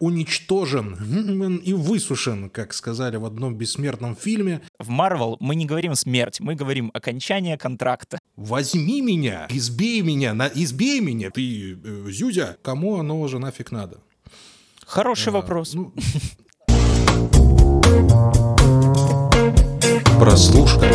уничтожен и высушен, как сказали в одном бессмертном фильме. В Marvel мы не говорим смерть, мы говорим окончание контракта. Возьми меня, избей меня, избей меня, ты, Зюзя. Кому оно уже нафиг надо? Хороший вопрос. Прослушка.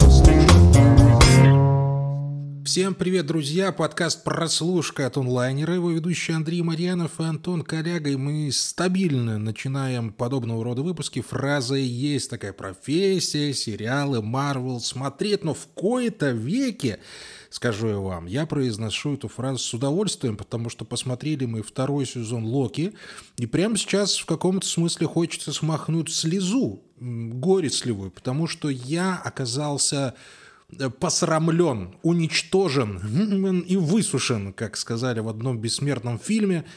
Всем привет, друзья! Подкаст «Прослушка» от онлайнера. Его ведущий Андрей Марьянов и Антон Коляга. И мы стабильно начинаем подобного рода выпуски. Фраза «Есть такая профессия, сериалы, Marvel смотреть». Но в кои-то веке, скажу я вам, я произношу эту фразу с удовольствием, потому что посмотрели мы второй сезон «Локи». И прямо сейчас в каком-то смысле хочется смахнуть слезу горестливую, потому что я оказался посрамлен, уничтожен и высушен, как сказали в одном бессмертном фильме,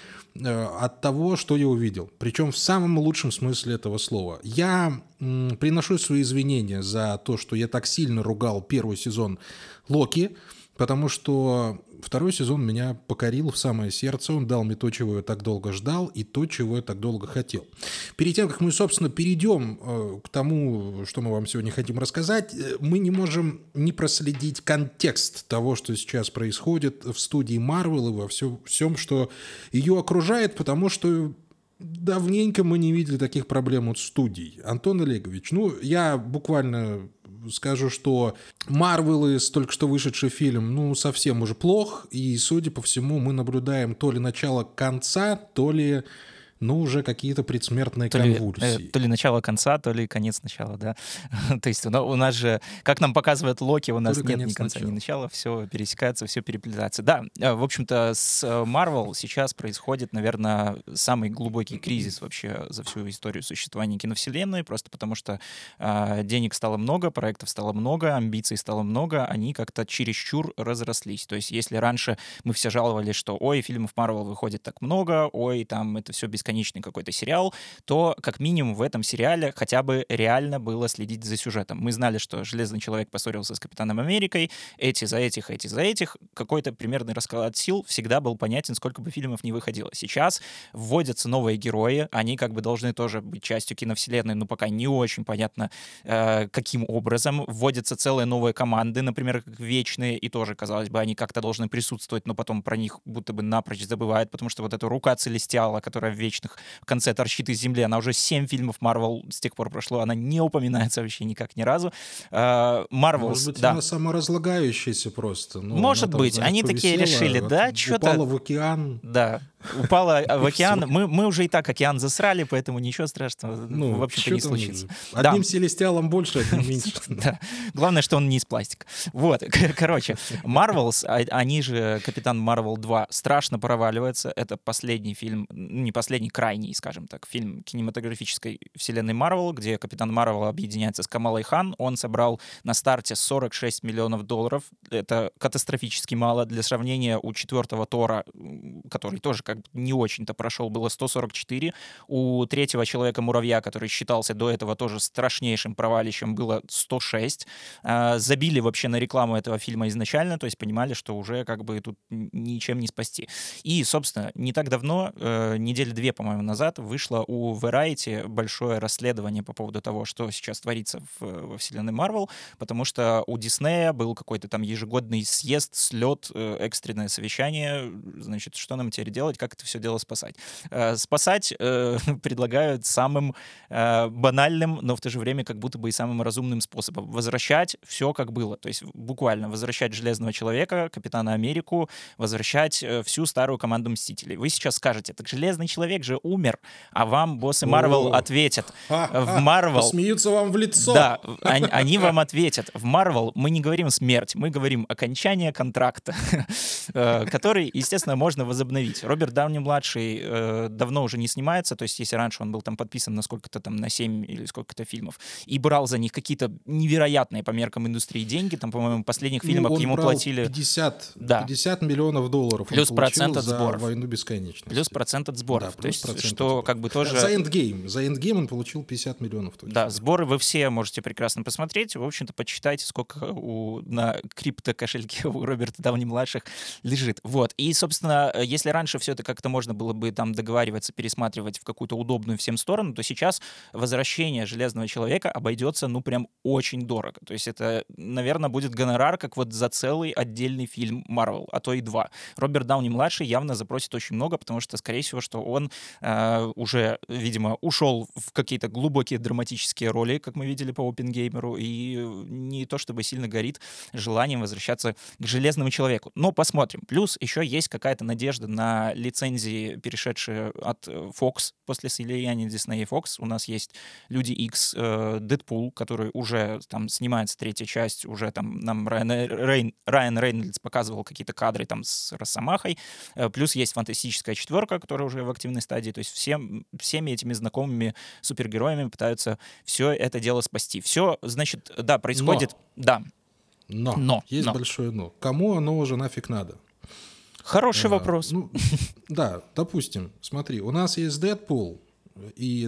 от того, что я увидел. Причем в самом лучшем смысле этого слова. Я приношу свои извинения за то, что я так сильно ругал первый сезон «Локи», потому что второй сезон меня покорил в самое сердце. Он дал мне то, чего я так долго ждал, и то, чего я так долго хотел. Перед тем, как мы, собственно, перейдем к тому, что мы вам сегодня хотим рассказать, мы не можем не проследить контекст того, что сейчас происходит в студии Marvel и во всем, что ее окружает, потому что давненько мы не видели таких проблем от студий. Антон Олегович, я буквально скажу, что Марвелы, только что вышедший фильм, совсем уже плох, и, судя по всему, мы наблюдаем то ли начало конца, то ли, уже какие-то предсмертные конвульсии. То ли начало конца, то ли конец начала, да. То есть у нас же, как нам показывает Локи, у нас нет ни конца, ни начала, все пересекается, все переплетается. Да, в общем-то, с Marvel сейчас происходит, наверное, самый глубокий кризис вообще за всю историю существования киновселенной, просто потому что денег стало много, проектов стало много, амбиций стало много, они как-то чересчур разрослись. То есть если раньше мы все жаловались, что ой, фильмов Marvel выходит так много, ой, там это все бесконечный какой-то сериал, то как минимум в этом сериале хотя бы реально было следить за сюжетом. Мы знали, что Железный Человек поссорился с Капитаном Америкой, эти за этих. Какой-то примерный расклад сил всегда был понятен, сколько бы фильмов не выходило. Сейчас вводятся новые герои, они как бы должны тоже быть частью киновселенной, но пока не очень понятно, каким образом. Вводятся целые новые команды, например, как Вечные, и тоже, казалось бы, они как-то должны присутствовать, но потом про них будто бы напрочь забывают, потому что вот эта рука Целестиала, которая в Вечных в конце торчит из земли, она уже 7 фильмов Marvel с тех пор прошло, она не упоминается вообще никак ни разу. Marvel, может быть, да. Она саморазлагающаяся просто. Может быть, они такие решили, да, что-то... Упала в океан. Да, упала в океан. Мы уже и так океан засрали, поэтому ничего страшного в общем-то не случится. Одним Селестиалом больше, одним меньше. Да. Главное, что он не из пластика. Вот, короче, Marvels, они же Капитан Марвел 2, страшно проваливается. Это последний фильм, не последний, крайний, скажем так, фильм кинематографической вселенной Marvel, где Капитан Марвел объединяется с Камалой Хан. Он собрал на старте $46 миллионов. Это катастрофически мало. Для сравнения, у четвертого Тора, который тоже как бы не очень-то прошел, было 144. У третьего Человека-муравья, который считался до этого тоже страшнейшим провалищем, было 106. Забили вообще на рекламу этого фильма изначально, то есть понимали, что уже как бы тут ничем не спасти. И, собственно, не так давно, недели 2, по-моему, назад, вышло у Variety большое расследование по поводу того, что сейчас творится во вселенной Marvel, потому что у Диснея был какой-то там ежегодный съезд, слет, экстренное совещание. Значит, что нам теперь делать, как это все дело спасать? Спасать предлагают самым банальным, но в то же время как будто бы и самым разумным способом. Возвращать все как было. То есть буквально возвращать Железного Человека, Капитана Америку, возвращать всю старую команду Мстителей. Вы сейчас скажете, так Железный Человек же умер, а вам боссы Marvel ответят. В Marvel... Смеются вам в лицо. Да, они вам ответят. В Marvel мы не говорим смерть, мы говорим окончание контракта, который, естественно, можно возобновить. Роберт Дауни-младший давно уже не снимается, то есть если раньше он был там подписан на сколько-то там, на 7 или сколько-то фильмов, и брал за них какие-то невероятные по меркам индустрии деньги, там, по-моему, в последних фильмах ему платили... 50 миллионов долларов плюс процент от за сборов. «Войну бесконечности». Плюс процент от сборов. Да, то То есть, 100% что как бы тоже... За Endgame он получил 50 миллионов. Точно. Да, сборы вы все можете прекрасно посмотреть. В общем-то, почитайте, сколько на крипто-кошельке у Роберта Дауни-младших лежит. Вот. И, собственно, если раньше все это как-то можно было бы там договариваться, пересматривать в какую-то удобную всем сторону, то сейчас возвращение Железного Человека обойдется, ну, прям очень дорого. То есть это, наверное, будет гонорар, как вот за целый отдельный фильм Marvel, а то и два. Роберт Дауни-младший явно запросит очень много, потому что, скорее всего, что он уже, видимо, ушел в какие-то глубокие драматические роли, как мы видели по Оппенгеймеру, и не то чтобы сильно горит желанием возвращаться к Железному Человеку. Но посмотрим. Плюс еще есть какая-то надежда на лицензии, перешедшие от Fox после слияния Disney и Fox. У нас есть Люди Икс, Дэдпул, который уже там снимается третья часть, уже там нам Райан Рейнольдс показывал какие-то кадры там с Росомахой. Плюс есть Фантастическая четверка, которая уже в активной стадии. То есть всеми этими знакомыми супергероями пытаются все это дело спасти. Все, значит, да, происходит... Но. Есть большое но. Кому оно уже нафиг надо? Хороший вопрос. Ну, да, допустим, смотри, у нас есть Дэдпул и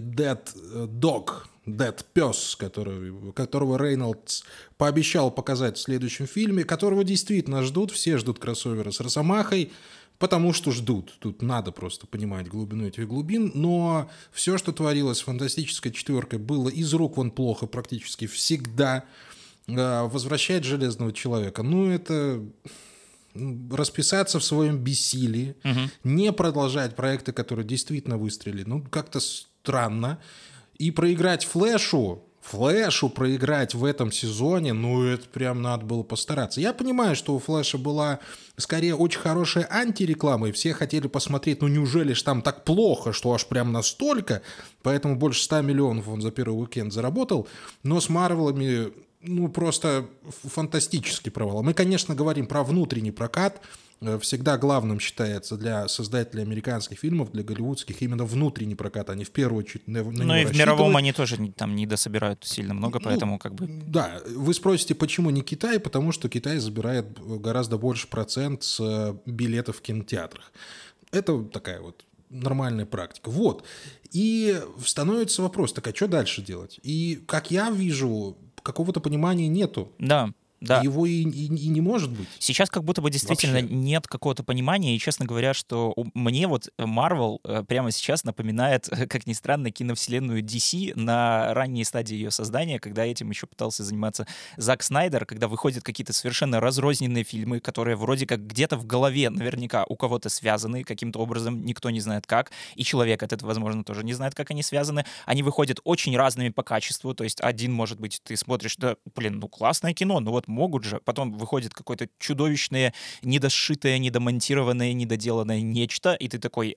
Дэд пес, которого Рейнольдс пообещал показать в следующем фильме, которого действительно ждут, все ждут кроссовера с Росомахой, потому что ждут. Тут надо просто понимать глубину этих глубин. Но все, что творилось с «Фантастической четверкой», было из рук вон плохо практически всегда. Возвращать Железного Человека, это расписаться в своем бессилии, не продолжать проекты, которые действительно выстрелили. Как-то странно. И проиграть Флэшу проиграть в этом сезоне, это прям надо было постараться. Я понимаю, что у Флэша была скорее очень хорошая антиреклама, и все хотели посмотреть, неужели ж там так плохо, что аж прям настолько, поэтому больше 100 миллионов он за первый уикенд заработал, но с Марвелами просто фантастический провал. Мы, конечно, говорим про внутренний прокат. Всегда главным считается для создателей американских фильмов, для голливудских, именно внутренний прокат. Они в первую очередь на него и в мировом они тоже там не дособирают сильно много, поэтому как бы... Да, вы спросите, почему не Китай? Потому что Китай забирает гораздо больше процент с билетов в кинотеатрах. Это такая вот нормальная практика. Вот. И становится вопрос, так а что дальше делать? И, как я вижу, какого-то понимания нету. Да. Его и не может быть. Сейчас как будто бы действительно нет какого-то понимания, и, честно говоря, что мне Marvel прямо сейчас напоминает, как ни странно, киновселенную DC на ранней стадии ее создания, когда этим еще пытался заниматься Зак Снайдер, когда выходят какие-то совершенно разрозненные фильмы, которые вроде как где-то в голове наверняка у кого-то связаны каким-то образом, никто не знает как, и человек от этого, возможно, тоже не знает, как они связаны. Они выходят очень разными по качеству, то есть один, может быть, ты смотришь, классное кино, могут же. Потом выходит какое-то чудовищное, недошитое, недомонтированное, недоделанное нечто, и ты такой,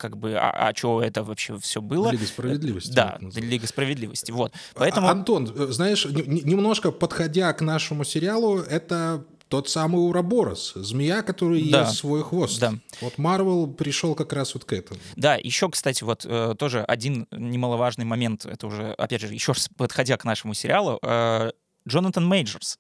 что это вообще все было? Лига справедливости. Да, Лига справедливости. Вот. Поэтому... Антон, знаешь, немножко подходя к нашему сериалу, это тот самый Ураборос, змея, который ест свой хвост. Да. Вот Марвел пришел как раз вот к этому. Да, еще, кстати, тоже один немаловажный момент, это уже, опять же, еще раз подходя к нашему сериалу, Джонатан Мейджорс,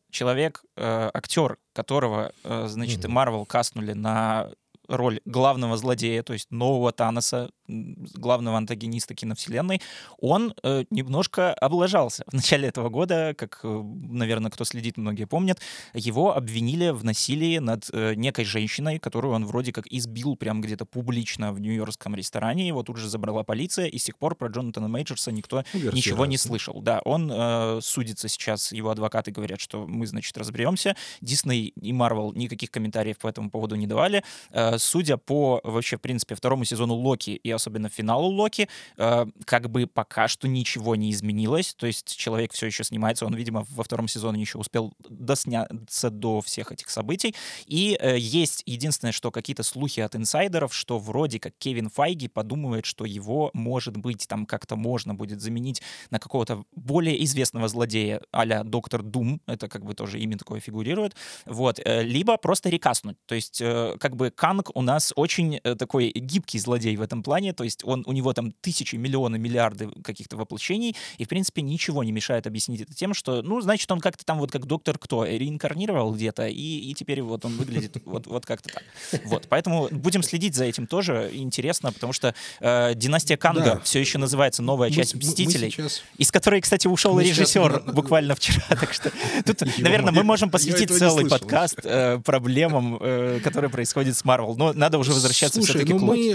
актер, которого, Марвел кастнули на роль главного злодея, то есть нового Таноса, главного антагониста киновселенной, он немножко облажался. В начале этого года, как, наверное, кто следит, многие помнят, его обвинили в насилии над некой женщиной, которую он вроде как избил прям где-то публично в нью-йоркском ресторане. Его тут же забрала полиция, и с тех пор про Джонатана Мейджорса никто ничего не слышал. Да, он судится сейчас, его адвокаты говорят, что мы, разберемся. Дисней и Марвел никаких комментариев по этому поводу не давали. Судя по, вообще, в принципе, второму сезону Локи и особенно финалу Локи, как бы пока что ничего не изменилось, то есть человек все еще снимается, он, видимо, во втором сезоне еще успел досняться до всех этих событий, и есть единственное, что какие-то слухи от инсайдеров, что вроде как Кевин Файги подумывает, что его, может быть, там как-то можно будет заменить на какого-то более известного злодея а-ля Доктор Дум, это как бы тоже имя такое фигурирует, вот, либо просто рекастнуть, то есть как бы Канг у нас очень такой гибкий злодей в этом плане, воплощение, то есть у него там тысячи, миллионы, миллиарды каких-то воплощений, и, в принципе, ничего не мешает объяснить это тем, что, ну, значит, он как-то там вот как доктор кто, реинкарнировал где-то, и теперь вот он выглядит вот как-то так. Вот, поэтому будем следить за этим тоже, интересно, потому что «Династия Канга» все еще называется новая часть «Мстителей», из которой, кстати, ушел режиссер буквально вчера, так что тут, наверное, мы можем посвятить целый подкаст проблемам, которые происходят с Marvel, но надо уже возвращаться все-таки к Локи.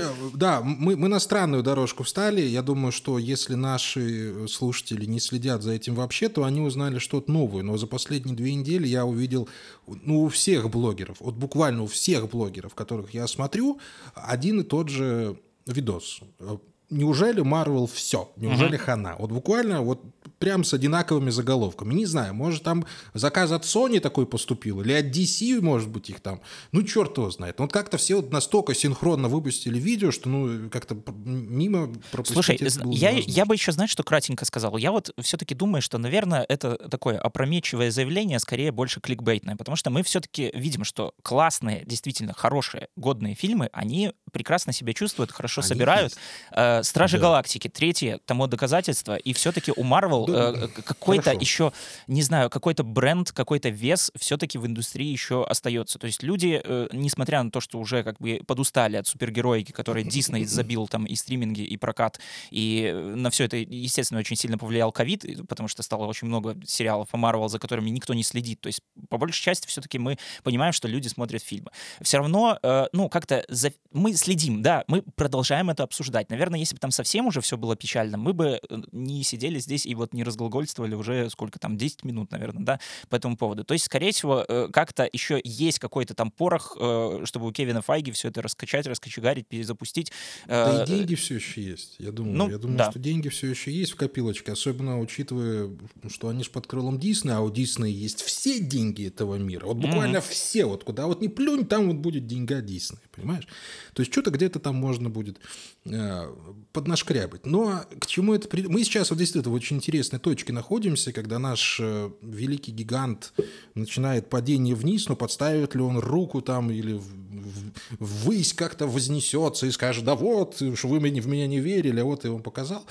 Мы на странную дорожку встали, я думаю, что если наши слушатели не следят за этим вообще, то они узнали что-то новое, но за последние 2 недели я увидел, у всех блогеров, вот буквально у всех блогеров, которых я смотрю, один и тот же видос. Неужели Marvel все? Неужели хана? Вот буквально вот прям с одинаковыми заголовками. Не знаю, может там заказ от Sony такой поступил, или от DC, может быть, их там. Ну, черт его знает. Вот как-то все вот настолько синхронно выпустили видео, что, ну, как-то мимо пропустить. Слушай, я бы еще, знаешь, что кратенько сказал? Я вот все-таки думаю, что, наверное, это такое опрометчивое заявление, скорее больше кликбейтное, потому что мы все-таки видим, что классные, действительно хорошие, годные фильмы, они прекрасно себя чувствуют, хорошо собирают. «Стражи Галактики», третье тому доказательство, и все-таки у Marvel какой-то еще, не знаю, какой-то бренд, какой-то вес все-таки в индустрии еще остается. То есть люди, несмотря на то, что уже как бы подустали от супергероики, которые Disney забил там и стриминги, и прокат, и на все это, естественно, очень сильно повлиял ковид, потому что стало очень много сериалов по Marvel, за которыми никто не следит. То есть, по большей части, все-таки мы понимаем, что люди смотрят фильмы. Все равно, ну, как-то мы следим, да, мы продолжаем это обсуждать. Наверное, если бы там совсем уже все было печально, мы бы не сидели здесь и вот не разглагольствовали уже сколько там, 10 минут, наверное, да, по этому поводу. То есть, скорее всего, как-то еще есть какой-то там порох, чтобы у Кевина Файги все это раскачать, раскочегарить, перезапустить. Да и деньги все еще есть. Я думаю, да. Что деньги все еще есть в копилочке, особенно учитывая, что они же под крылом Дисней, а у Дисней есть все деньги этого мира. Вот буквально все. Вот куда вот не плюнь, там вот будет деньга Дисней, понимаешь? То есть что-то где-то там можно будет поднашкрябать. Но к чему это... Мы сейчас вот действительно в очень интересной точке находимся, когда наш великий гигант начинает падение вниз, но подставит ли он руку там или ввысь как-то вознесется и скажет: да вот, что вы в меня не верили, а вот я вам показал.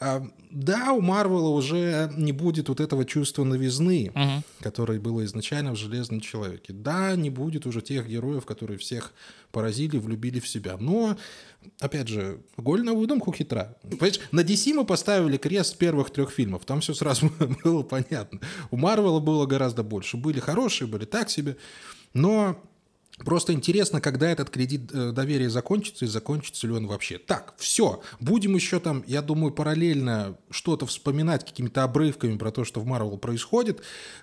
Да, у Марвела уже не будет вот этого чувства новизны, которое было изначально в «Железном человеке». Да, не будет уже тех героев, которые всех поразили, влюбили в себя. Но, опять же, голь на выдумку хитра. Понимаешь, на DC мы поставили крест первых 3 фильмов. Там все сразу было понятно. У Марвела было гораздо больше. Были хорошие, были так себе. Но просто интересно, когда этот кредит доверия закончится, и закончится ли он вообще. Так, все. Будем еще там, я думаю, параллельно что-то вспоминать какими-то обрывками про то, что в Marvel происходит.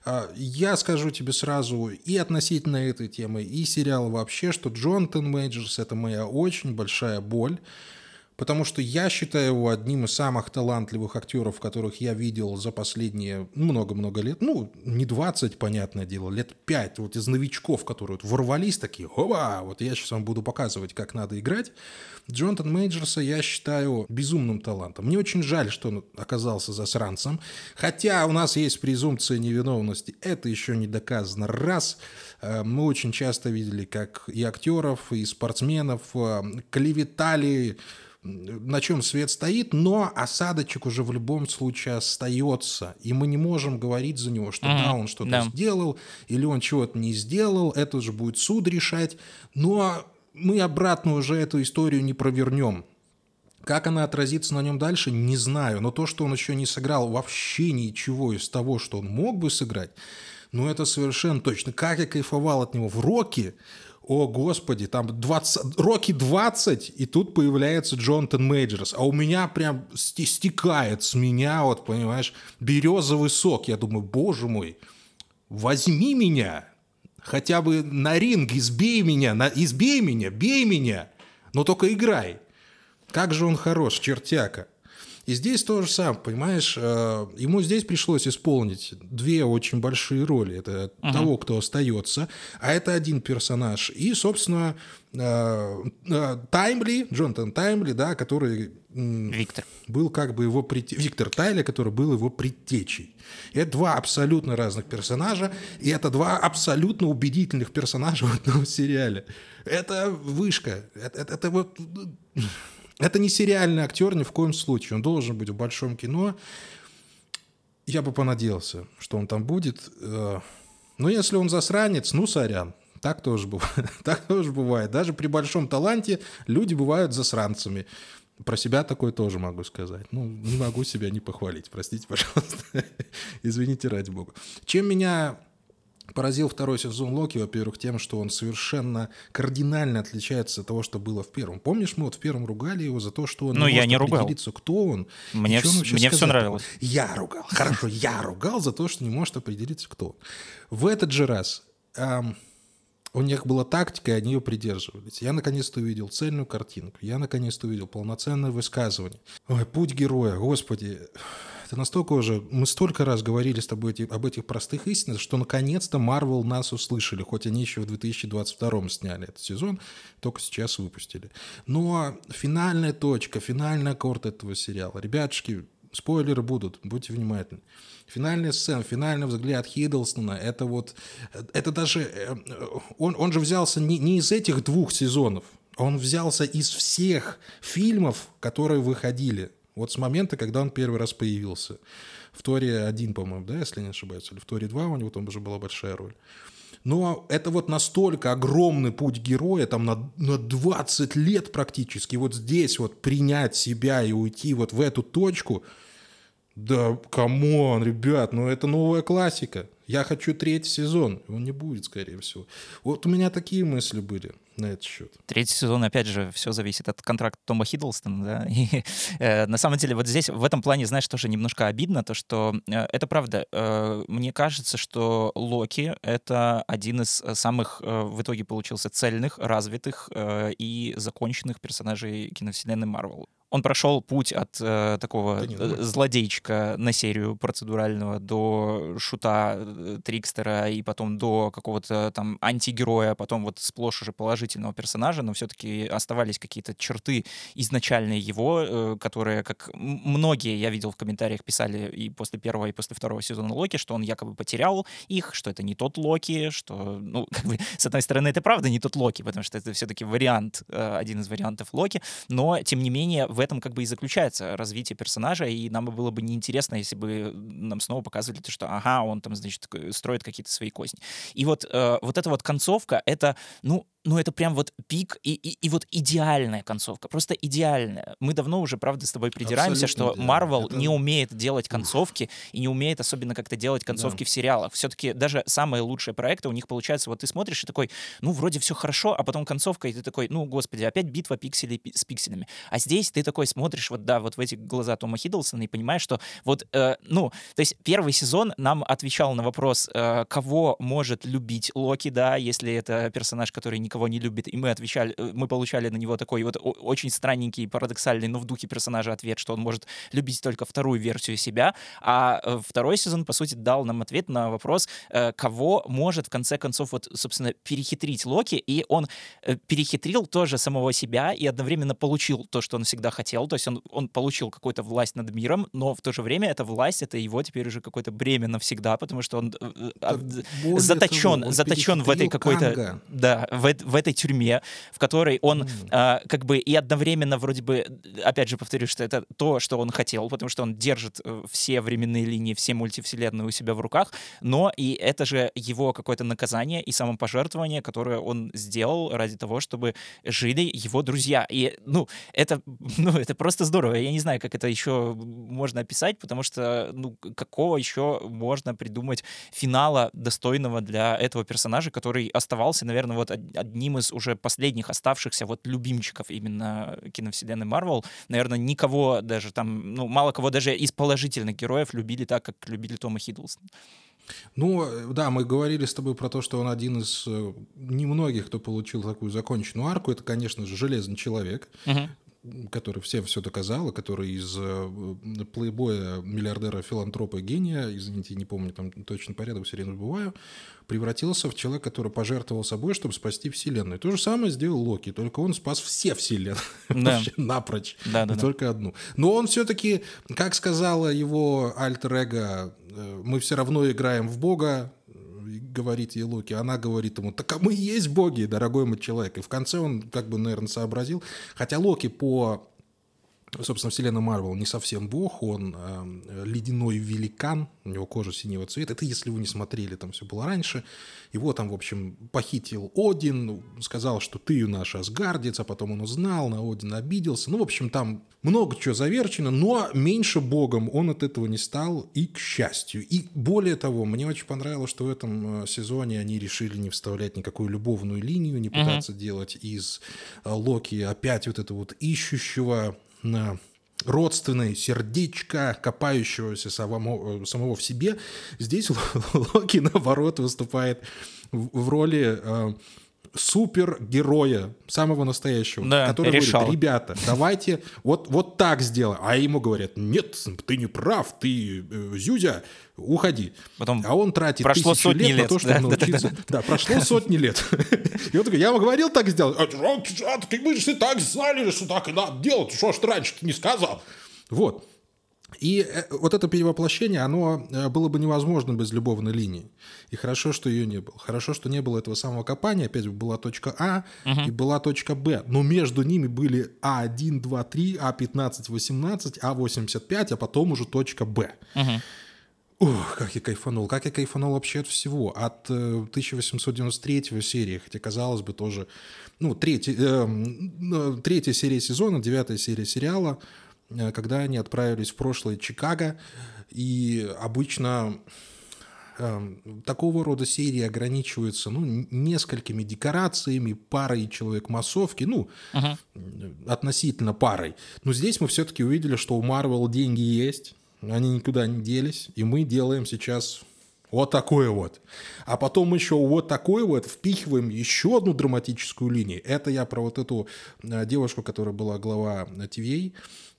Я скажу тебе сразу и относительно этой темы, и сериала вообще, что Джонатан Мейджерс — это моя очень большая боль. Потому что я считаю его одним из самых талантливых актеров, которых я видел за последние много-много лет. Ну, не 20, понятное дело, лет 5. Вот из новичков, которые вот ворвались такие: оба, вот я сейчас вам буду показывать, как надо играть. Джонатан Мейджерса я считаю безумным талантом. Мне очень жаль, что он оказался засранцем. Хотя у нас есть презумпция невиновности. Это еще не доказано. Раз. Мы очень часто видели, как и актеров, и спортсменов клеветали, на чем свет стоит, но осадочек уже в любом случае остается. И мы не можем говорить за него, что да, он что-то сделал, или он чего-то не сделал, это уже будет суд решать. Но мы обратно уже эту историю не провернем. Как она отразится на нем дальше, не знаю. Но то, что он еще не сыграл вообще ничего из того, что он мог бы сыграть, ну это совершенно точно. Как я кайфовал от него в «Рокки». О, Господи, там Рокки 20, и тут появляется Джонатан Мейджерс. А у меня прям стекает с меня, вот, понимаешь, березовый сок. Я думаю: боже мой, возьми меня, хотя бы на ринг, избей меня, бей меня, но только играй. Как же он хорош, чертяка. И здесь то же самое, понимаешь, ему здесь пришлось исполнить 2 очень большие роли. Это того, кто остается, а это один персонаж. И, собственно, Таймли, Джонатан Таймли, да, который Виктор был как бы его Виктор Тайли, который был его предтечей. Это 2 абсолютно разных персонажа, и это 2 абсолютно убедительных персонажа в одном сериале. Это вышка. Это вот... Это не сериальный актер ни в коем случае. Он должен быть в большом кино. Я бы понадеялся, что он там будет. Но если он засранец, ну, сорян. Так тоже бывает. Так тоже бывает. Даже при большом таланте люди бывают засранцами. Про себя такое тоже могу сказать. Ну, не могу себя не похвалить. Простите, пожалуйста. Извините, ради бога. Чем меня поразил второй сезон Локи, во-первых, тем, что он совершенно кардинально отличается от того, что было в первом. Помнишь, мы вот в первом ругали его за то, что он я не может ругал. определиться, кто он. Мне все нравилось. Я ругал. Хорошо, я ругал за то, что не может определиться, кто он. В этот же раз у них была тактика, и они ее придерживались. Я наконец-то увидел цельную картинку. Я наконец-то увидел полноценное высказывание. Ой, путь героя, господи. Это настолько уже... Мы столько раз говорили с тобой об этих простых истинах, что наконец-то Marvel нас услышали, хоть они еще в 2022 сняли этот сезон, только сейчас выпустили. Но финальная точка, финальный аккорд этого сериала. Ребятушки, спойлеры будут, будьте внимательны. Финальная сцена, финальный взгляд Хиддлстона, это вот... Это даже... Он же взялся не из этих 2 сезонов, он взялся из всех фильмов, которые выходили. Вот с момента, когда он первый раз появился. В Торе 1, по-моему, да, если не ошибаюсь, или в Торе 2 у него там уже была большая роль. Но это вот настолько огромный путь героя, там на 20 лет практически, вот здесь вот принять себя и уйти вот в эту точку, да, камон, ребят, ну это новая классика. Я хочу 3-й сезон, его не будет, скорее всего. Вот у меня такие мысли были на этот счет. 3-й сезон, опять же, все зависит от контракта Тома Хиддлстона, да, и на самом деле вот здесь, в этом плане, знаешь, тоже немножко обидно, то, что это правда, мне кажется, что Локи — это один из самых, в итоге получился, цельных, развитых и законченных персонажей киновселенной Марвел. Он прошел путь от такого злодейчика на серию процедурального до шута, трикстера, и потом до какого-то там антигероя, потом вот сплошь уже положительного персонажа, но все-таки оставались какие-то черты изначальные его, которые, как многие, я видел в комментариях, писали и после первого, и после второго сезона Локи, что он якобы потерял их, что это не тот Локи, что, ну, как бы, с одной стороны, это правда не тот Локи, потому что это все-таки вариант, один из вариантов Локи, но, тем не менее, в этом как бы и заключается развитие персонажа, и нам было бы неинтересно, если бы нам снова показывали то, что ага, он там, значит, строит какие-то свои козни. И вот эта вот концовка, это, ну, это прям вот пик и вот идеальная концовка, просто идеальная. Мы давно уже, правда, с тобой придираемся, что Marvel не умеет делать концовки и не умеет особенно как-то делать концовки в сериалах. Все-таки даже самые лучшие проекты у них получаются, вот ты смотришь и такой, ну, вроде все хорошо, а потом концовка, и ты такой, ну, господи, опять битва пикселей с пикселями. А здесь ты такой смотришь вот, да, вот в эти глаза Тома Хиддлстона и понимаешь, что вот, ну, то есть первый сезон нам отвечал на вопрос, кого может любить Локи, да, если это персонаж, который никого не любит, и мы получали на него такой вот очень странненький, парадоксальный, но в духе персонажа ответ, что он может любить только вторую версию себя, а второй сезон, по сути, дал нам ответ на вопрос, кого может, в конце концов, вот, собственно, перехитрить Локи, и он перехитрил тоже самого себя и одновременно получил то, что он всегда хотел, то есть он получил какую-то власть над миром, но в то же время эта власть, это его теперь уже какое-то бремя навсегда, потому что он заточен в этой какой-то, да, в этой тюрьме, в которой он как бы и одновременно вроде бы, опять же повторюсь, что это то, что он хотел, потому что он держит все временные линии, все мультивселенные у себя в руках, но и это же его какое-то наказание и самопожертвование, которое он сделал ради того, чтобы жили его друзья. И, это просто здорово. Я не знаю, как это еще можно описать, потому что, какого еще можно придумать финала достойного для этого персонажа, который оставался, наверное, вот одним из уже последних оставшихся вот любимчиков именно киновселенной Marvel. Наверное, никого даже там, мало кого даже из положительных героев любили так, как любили Тома Хиддлстона. Да, мы говорили с тобой про то, что он один из немногих, кто получил такую законченную арку. Это, конечно же, Железный человек, который всем все доказал, и который из плейбоя, миллиардера, филантропа, гения, извините, не помню там точно порядок, все время забываю, превратился в человека, который пожертвовал собой, чтобы спасти вселенную. То же самое сделал Локи, только он спас все вселенные, вообще напрочь, не только одну. Но он все-таки, как сказала его альтер-эго, мы все равно играем в Бога, говорит ей Локи, она говорит ему, так а мы и есть боги, дорогой мой человек. И в конце он, наверное, сообразил. Хотя Локи по собственно, вселенная Марвел не совсем бог, он ледяной великан, у него кожа синего цвета. Это если вы не смотрели, там все было раньше. Его там, в общем, похитил Один, сказал, что ты наш асгардец, а потом он узнал, на Одина обиделся. Ну, в общем, там много чего заверчено, но меньше богом он от этого не стал, и к счастью. И более того, мне очень понравилось, что в этом сезоне они решили не вставлять никакую любовную линию, не пытаться делать из Локи опять вот это вот ищущего на родственное сердечко, копающегося самого в себе. Здесь Локи, наоборот, выступает в роли супергероя, самого настоящего, да, который говорит: ребята, давайте вот так сделаем. А ему говорят: нет, ты не прав, ты зюзя, уходи. Потом а он тратит прошло 1000 лет на то, чтобы научиться. Да, прошло сотни лет. И он такой: я вам говорил так сделать. Мы же так знали, что так и надо делать. Что ж ты раньше не сказал? Вот. И вот это перевоплощение, оно было бы невозможно без любовной линии. И хорошо, что ее не было. Хорошо, что не было этого самого копания. Опять же, была точка А и была точка Б. Но между ними были А1, 2, 3, А15, 18, А85, а потом уже точка Б. Ох, как я кайфанул. Как я кайфанул вообще от всего. От 1893 серии, хотя, казалось бы, тоже... Ну, третья серия сезона, 9-я серия сериала, когда они отправились в прошлое Чикаго, и обычно такого рода серии ограничиваются несколькими декорациями, парой человек-массовки, относительно парой. Но здесь мы все-таки увидели, что у Marvel деньги есть, они никуда не делись, и мы делаем сейчас вот такое вот. А потом еще вот такое вот впихиваем еще одну драматическую линию. Это я про вот эту девушку, которая была глава TVA,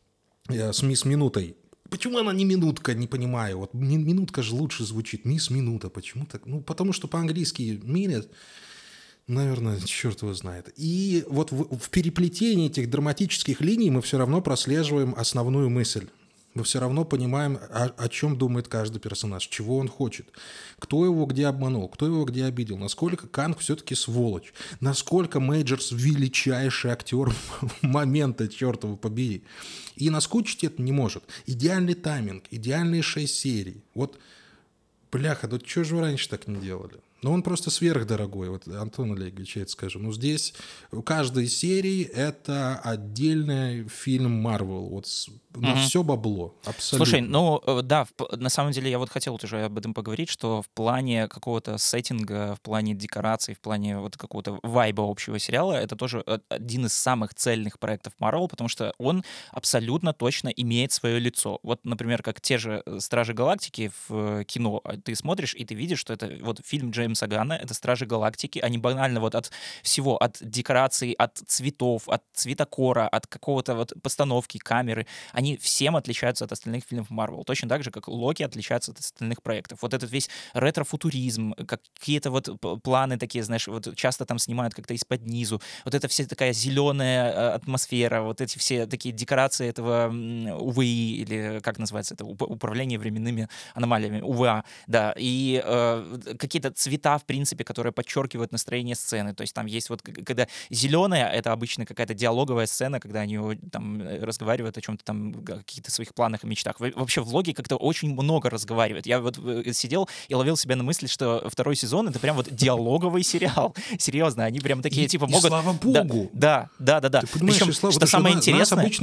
с Мисс Минутой. Почему она не Минутка, не понимаю. Вот Минутка же лучше звучит. Мисс Минута. Почему так? Ну, потому что по-английски minute, наверное, черт его знает. И вот в переплетении этих драматических линий мы все равно прослеживаем основную мысль. Мы все равно понимаем, о чем думает каждый персонаж, чего он хочет, кто его где обманул, кто его где обидел, насколько Канг все-таки сволочь, насколько Мейджерс величайший актер момента, черт его побери. И наскучить это не может. Идеальный тайминг, идеальные 6 серий. Вот, бляха, да что же вы раньше так не делали? Но он просто сверхдорогой, вот Антон Олегович, я это скажу. Но здесь у каждой серии это отдельный фильм Marvel. Вот на все бабло, абсолютно. Слушай, да, на самом деле я вот хотел уже об этом поговорить, что в плане какого-то сеттинга, в плане декораций, в плане вот какого-то вайба общего сериала, это тоже один из самых цельных проектов Marvel, потому что он абсолютно точно имеет свое лицо. Вот, например, как те же «Стражи Галактики» в кино. Ты смотришь, и ты видишь, что это вот фильм Джеймса Ганна, это «Стражи Галактики», они банально вот от всего, от декораций, от цветов, от цветокора, от какого-то вот постановки камеры, они всем отличаются от остальных фильмов Marvel. Точно так же, как Локи отличается от остальных проектов. Вот этот весь ретро-футуризм, какие-то вот планы такие, знаешь, вот часто там снимают как-то из-под низу. Вот это вся такая зеленая атмосфера, вот эти все такие декорации этого УВИ, или как называется это, управление временными аномалиями, УВА, да, и какие-то цвета, в принципе, которые подчеркивают настроение сцены. То есть там есть вот, когда зеленая, это обычно какая-то диалоговая сцена, когда они там разговаривают о чем-то там, о каких-то своих планах и мечтах. Вообще в Локи как-то очень много разговаривают. Я вот сидел и ловил себя на мысли, что второй сезон — это прям вот диалоговый сериал. Серьезно, они прям такие, типа, могут... слава богу! Да. Ты понимаешь, Причем, слава, что самое интересное...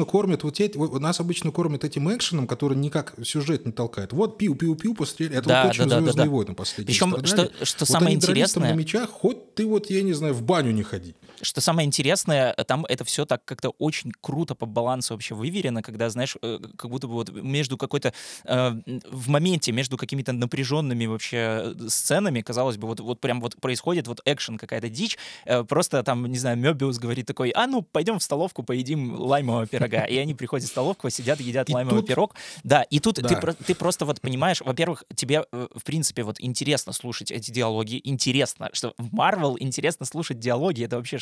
Нас обычно кормят этим экшеном, который никак сюжет не толкает. Вот пиу-пиу-пиу, пострелили. Это вот точно «Звездные войны» последние. Причем, что самое интересное... на мечах, хоть ты вот, я не знаю, в баню не ходи. Что самое интересное, там это все так как-то очень круто по балансу вообще выверено, когда, знаешь, как будто бы вот между какой-то... в моменте между какими-то напряженными вообще сценами, казалось бы, вот прям вот происходит вот экшен, какая-то дичь, просто там, не знаю, Мёбиус говорит такой: пойдем в столовку, поедим лаймового пирога. И они приходят в столовку, сидят, едят лаймовый пирог. Да, и тут ты просто вот понимаешь, во-первых, тебе, в принципе, вот интересно слушать эти диалоги, интересно, что в Marvel интересно слушать диалоги, это вообще что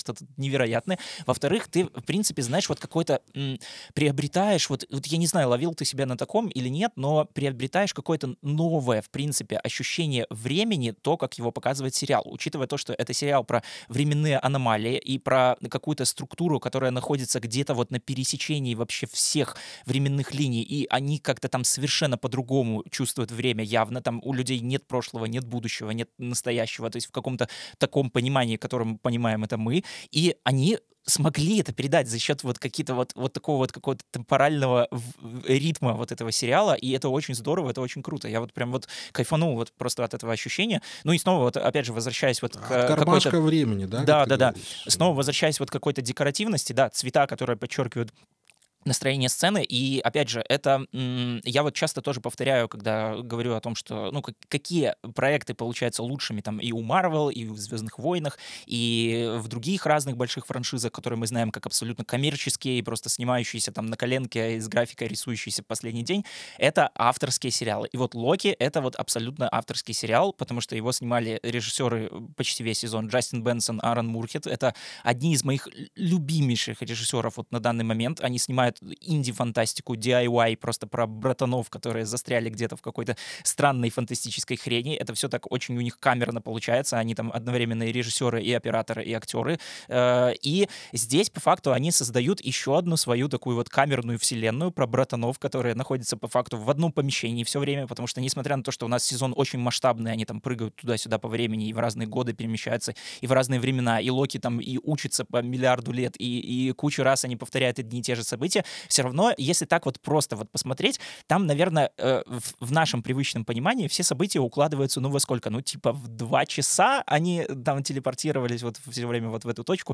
что-то невероятное. Во-вторых, ты, в принципе, знаешь, вот какой-то приобретаешь, вот я не знаю, ловил ты себя на таком или нет, но приобретаешь какое-то новое, в принципе, ощущение времени, то, как его показывает сериал. Учитывая то, что это сериал про временные аномалии и про какую-то структуру, которая находится где-то вот на пересечении вообще всех временных линий, и они как-то там совершенно по-другому чувствуют время явно. Там у людей нет прошлого, нет будущего, нет настоящего. То есть в каком-то таком понимании, которым понимаем это мы. И они смогли это передать за счет вот какие-то вот такого вот какого-то темпорального ритма вот этого сериала, и это очень здорово, это очень круто. Я вот прям вот кайфанул вот просто от этого ощущения. Ну и снова вот опять же возвращаясь вот От к какой-то... кармашка времени, да, как Да, ты да, да. говоришь? Снова возвращаясь вот к какой-то декоративности, да, цвета, которые подчеркивают настроение сцены. И, опять же, это я вот часто тоже повторяю, когда говорю о том, что, ну, какие проекты получаются лучшими там и у Marvel, и в «Звездных войнах», и в других разных больших франшизах, которые мы знаем как абсолютно коммерческие и просто снимающиеся там на коленке из графика, рисующиеся в последний день. Это авторские сериалы. И вот «Локи» — это вот абсолютно авторский сериал, потому что его снимали режиссеры почти весь сезон. Джастин Бенсон, Аарон Мурхет. Это одни из моих любимейших режиссеров вот на данный момент. Они снимают инди-фантастику, DIY, просто про братанов, которые застряли где-то в какой-то странной фантастической хрени. Это все так очень у них камерно получается. Они там одновременно и режиссеры, и операторы, и актеры. И здесь, по факту, они создают еще одну свою такую вот камерную вселенную про братанов, которые находятся, по факту, в одном помещении все время, потому что, несмотря на то, что у нас сезон очень масштабный, они там прыгают туда-сюда по времени и в разные годы перемещаются, и в разные времена, и Локи там и учится по миллиарду лет, и кучу раз они повторяют одни и те же события, все равно, если так вот просто вот посмотреть, там, наверное, в нашем привычном понимании все события укладываются, ну, во сколько? Ну, типа в 2 часа они там телепортировались вот все время вот в эту точку,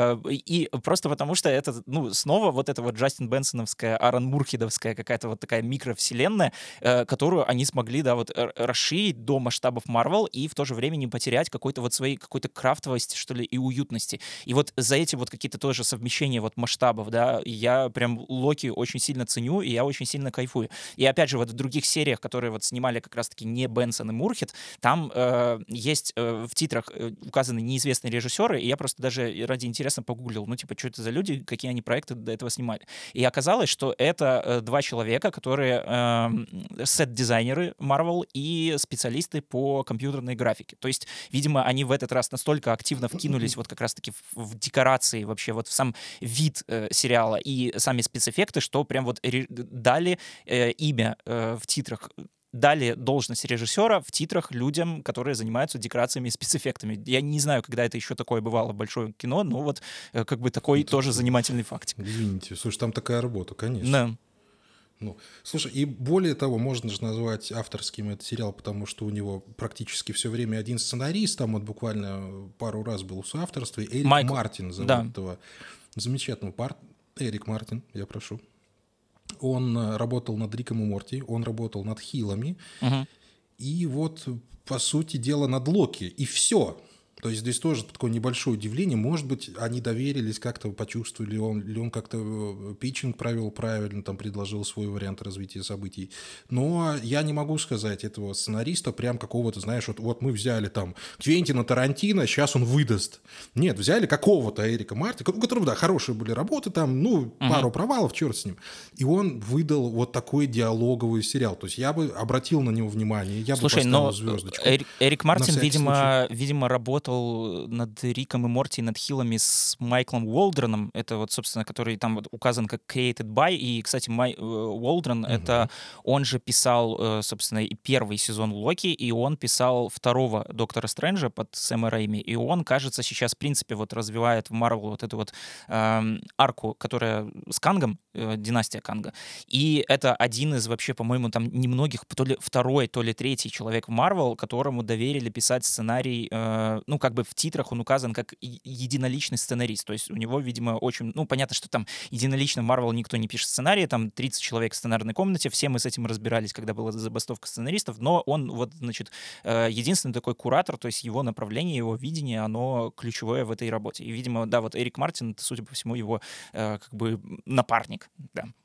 и просто потому что это, ну, снова вот это вот Джастин Бенсоновская, Аарон Мурхедовская какая-то вот такая микровселенная, которую они смогли, да, вот расширить до масштабов Marvel и в то же время не потерять какой-то вот своей какой-то крафтовости, что ли, и уютности. И вот за эти вот какие-то тоже совмещения вот масштабов, да, я прям Локи очень сильно ценю, и я очень сильно кайфую. И опять же, вот в других сериях, которые вот снимали как раз-таки не Бенсон и Мурхет, там есть в титрах указаны неизвестные режиссеры, и я просто даже ради интереса погуглил, ну, типа, что это за люди, какие они проекты до этого снимали. И оказалось, что это 2 человека, которые сет-дизайнеры Marvel и специалисты по компьютерной графике. То есть, видимо, они в этот раз настолько активно вкинулись вот как раз-таки в декорации, вообще вот в сам вид сериала и сами спецэффекты, что прям вот дали имя в титрах, дали должность режиссера в титрах людям, которые занимаются декорациями и спецэффектами. Я не знаю, когда это еще такое бывало в большое кино, но вот как бы такой тоже занимательный фактик. Извините, слушай, там такая работа, конечно. Да. Ну, слушай, и более того, можно же назвать авторским этот сериал, потому что у него практически все время один сценарист, там вот буквально пару раз был в соавторстве, Эрик Мартин зовут этого замечательного Эрик Мартин, я прошу. Он работал над Риком и Морти, он работал над Хиллами, и вот, по сути дела, над Локи, и все. То есть здесь тоже такое небольшое удивление. Может быть, они доверились, как-то почувствовали, ли он как-то питчинг провел правильно, там предложил свой вариант развития событий. Но я не могу сказать этого сценариста прям какого-то, знаешь, вот мы взяли там Квентина Тарантино, сейчас он выдаст. Нет, взяли какого-то Эрика Мартина, у которого, да, хорошие были работы там, ну, пару провалов, черт с ним. И он выдал вот такой диалоговый сериал. То есть я бы обратил на него внимание, я бы поставил звездочку. Эрик Мартин, видимо, работал над Риком и Морти, над Хиллами с Майклом Уолдроном. Это вот, собственно, который там вот указан как created by. И, кстати, Уолдрон, это он же писал, собственно, и первый сезон Локи, и он писал второго Доктора Стрэнджа под Сэма Рэйми. И он, кажется, сейчас, в принципе, вот развивает в Марвел вот эту вот арку, которая с Кангом, династия Канга. И это один из вообще, по-моему, там немногих, то ли второй, то ли третий человек в Марвел, которому доверили писать сценарий, ну, как бы в титрах он указан как единоличный сценарист. То есть у него, видимо, очень... Ну, понятно, что там единолично в Marvel никто не пишет сценарии, там 30 человек в сценарной комнате, все мы с этим разбирались, когда была забастовка сценаристов, но он вот, значит, единственный такой куратор, то есть его направление, его видение, оно ключевое в этой работе. И, видимо, да, вот Эрик Мартин, это, судя по всему, его как бы напарник, да.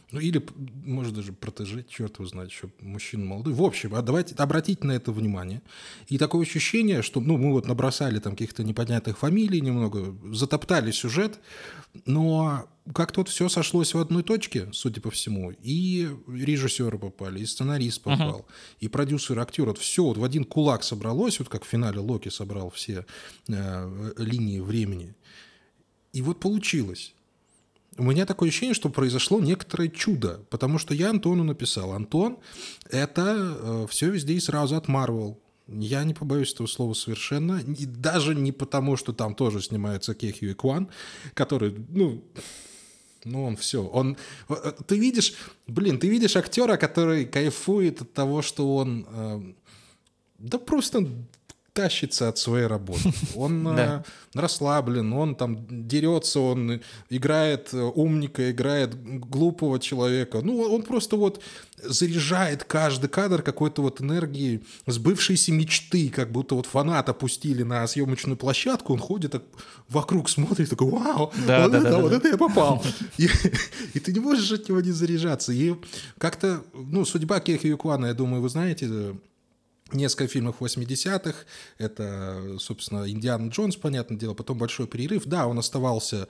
Ну, или, может, даже протеже, черт его знает, еще мужчина молодой. В общем, давайте обратите на это внимание. И такое ощущение, что, ну, мы вот набросали там каких-то непонятных фамилий немного, затоптали сюжет, но как-то вот все сошлось в одной точке, судя по всему. И режиссеры попали, и сценарист попал, и продюсер, актер. Вот все вот в один кулак собралось, вот как в финале Локи собрал все линии времени. И вот получилось. У меня такое ощущение, что произошло некоторое чудо, потому что я Антону написал: Антон, это все везде и сразу от Marvel. Я не побоюсь этого слова совершенно. И даже не потому, что там тоже снимается Ке Хью Кван, который, ну, он все. Ты видишь актера, который кайфует от того, что он да просто тащится от своей работы. Он расслаблен, он там дерется, он играет умника, играет глупого человека. Ну, он просто вот заряжает каждый кадр какой-то вот энергией сбывшейся мечты, как будто вот фаната пустили на съемочную площадку, он ходит так вокруг, смотрит, такой: вау, вот это я попал. И ты не можешь от него не заряжаться. И как-то, ну, судьба Ке Хью Квана, я думаю, вы знаете, несколько фильмов 80-х, это, собственно, «Индиана Джонс», понятное дело, потом «Большой перерыв». Да, он оставался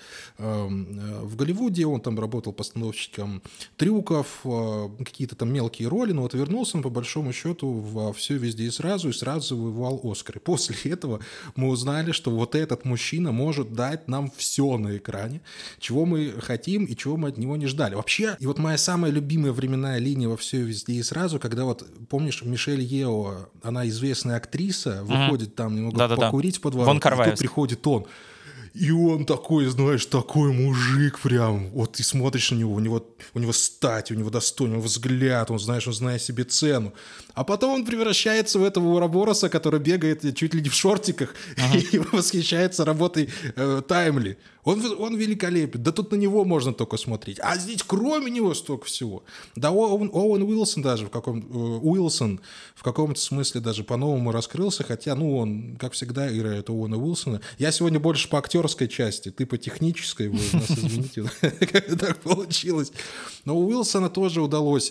в Голливуде, он там работал постановщиком трюков, какие-то там мелкие роли, но вот вернулся он, по большому счету, во «Все везде и сразу завоевал Оскар. И после этого мы узнали, что вот этот мужчина может дать нам все на экране, чего мы хотим и чего мы от него не ждали. Вообще, и вот моя самая любимая временная линия во «Все везде и сразу», когда вот, помнишь, Мишель Ео, она известная актриса, выходит там немного покурить в подвал, и тут приходит он. И он такой, знаешь, такой мужик прям. Вот ты смотришь на него, у него стать, у него достоинство, у него взгляд, он, знаешь, он знает себе цену. А потом он превращается в этого Уорабороса, который бегает чуть ли не в шортиках и восхищается работой Таймли. Он великолепен. Да тут на него можно только смотреть. А здесь кроме него столько всего. Да Оуэн Уилсон даже Уилсон в каком-то смысле даже по-новому раскрылся, хотя, ну, он, как всегда, играет Оуэна Уилсона. Я сегодня больше по актерской части, ты по технической, вы нас извините, как так получилось. Но у Уилсона тоже удалось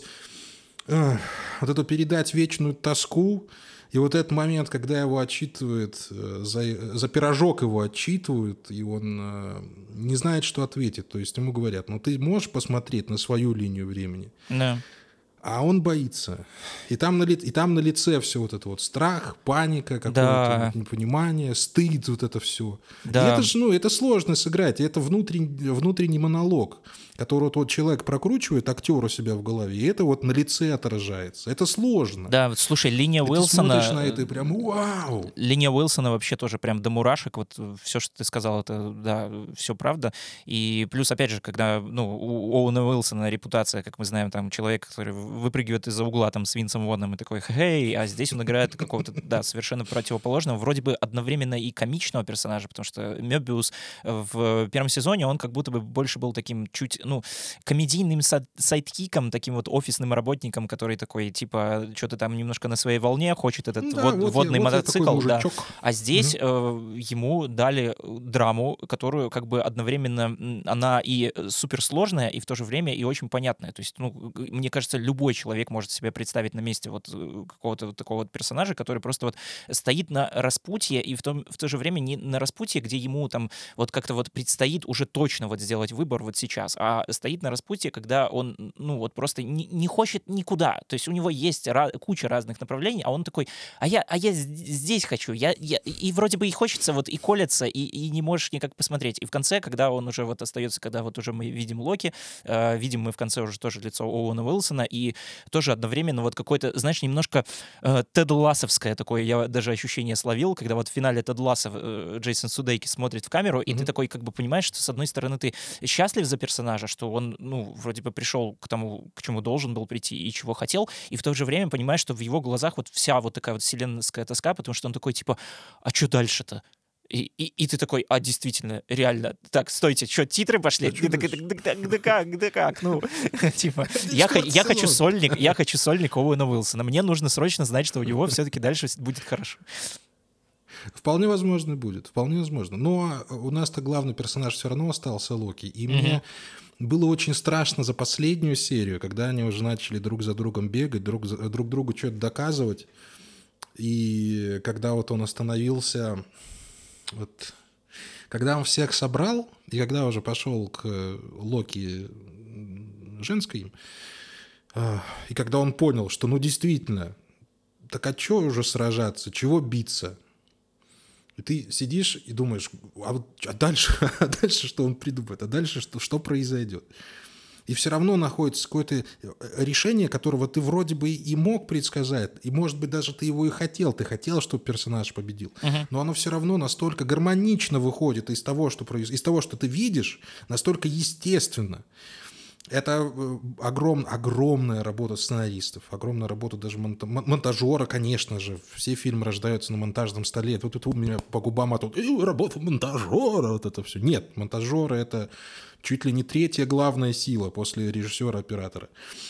вот эту передать вечную тоску. И вот этот момент, когда его отчитывают, за пирожок его отчитывают, и он не знает, что ответить. То есть ему говорят: ну ты можешь посмотреть на свою линию времени? Да. А он боится. И там на лице все вот это вот страх, паника, какое-то непонимание, стыд, вот это все. Да. И это же, ну, это сложно сыграть. И это внутренний монолог, который вот человек прокручивает, актер у себя в голове, и это вот на лице отражается. Это сложно. Да, вот слушай, линия Уилсона... Ты смотришь на это и прям вау! Линия Уилсона вообще тоже прям до мурашек. Вот все, что ты сказал, это, да, все правда. И плюс, опять же, когда, ну, у Оуэна Уилсона репутация, как мы знаем, там, человек, который выпрыгивает из-за угла там с Винсом Вонном и такой: хей, а здесь он играет какого-то, да, совершенно противоположного, вроде бы одновременно и комичного персонажа, потому что Мёбиус в первом сезоне, он как будто бы больше был таким чуть, ну, комедийным сайдкиком, таким вот офисным работником, который такой, типа, что-то там немножко на своей волне, хочет этот водный мотоцикл, да. А здесь ему дали драму, которую как бы одновременно она и суперсложная, и в то же время и очень понятная. То есть, ну, мне кажется, любой человек может себе представить на месте вот какого-то вот такого вот персонажа, который просто вот стоит на распутье, и в то же время не на распутье, где ему там вот как-то вот предстоит уже точно вот сделать выбор вот сейчас, а стоит на распутье, когда он, ну, вот просто не хочет никуда. То есть у него есть куча разных направлений, а он такой: а я здесь хочу, и вроде бы и хочется, вот и колется, и не можешь никак посмотреть. И в конце, когда он уже вот остается, когда вот уже мы видим Локи, видим мы в конце уже тоже лицо Оуэна Уилсона, и тоже одновременно вот какое-то, знаешь, немножко Тед Лассовское такое, я даже ощущение словил, когда вот в финале Тед Лассов Джейсон Судейкис смотрит в камеру, и ты такой как бы понимаешь, что с одной стороны ты счастлив за персонажа, что он, ну, вроде бы пришел к тому, к чему должен был прийти и чего хотел, и в то же время понимаешь, что в его глазах вот вся вот такая вот вселенская тоска, потому что он такой типа: а что дальше-то? И ты такой: а действительно, реально, так, стойте, что, титры пошли? Да как, ну, типа, я хочу сольник Оуэна Уилсона, мне нужно срочно знать, что у него все-таки дальше будет хорошо. Вполне возможно будет, вполне возможно. Но у нас-то главный персонаж все равно остался Локи. И мне было очень страшно за последнюю серию, когда они уже начали друг за другом бегать, друг другу что-то доказывать. И когда вот он остановился, вот, когда он всех собрал, и когда уже пошел к Локи женской, и когда он понял, что ну действительно, так а чего уже сражаться, чего биться? И ты сидишь и думаешь, а дальше что он придумает, а дальше что произойдет? И все равно находится какое-то решение, которого ты вроде бы и мог предсказать, и, может быть, даже ты его и хотел. Ты хотел, чтобы персонаж победил. Но оно все равно настолько гармонично выходит из того, что ты видишь, настолько естественно. Это огромная работа сценаристов, огромная работа даже монтажера, конечно же. Все фильмы рождаются на монтажном столе. Тут у меня по губам работа монтажера, вот это все. Нет, монтажеры — это чуть ли не третья главная сила после режиссера-оператора.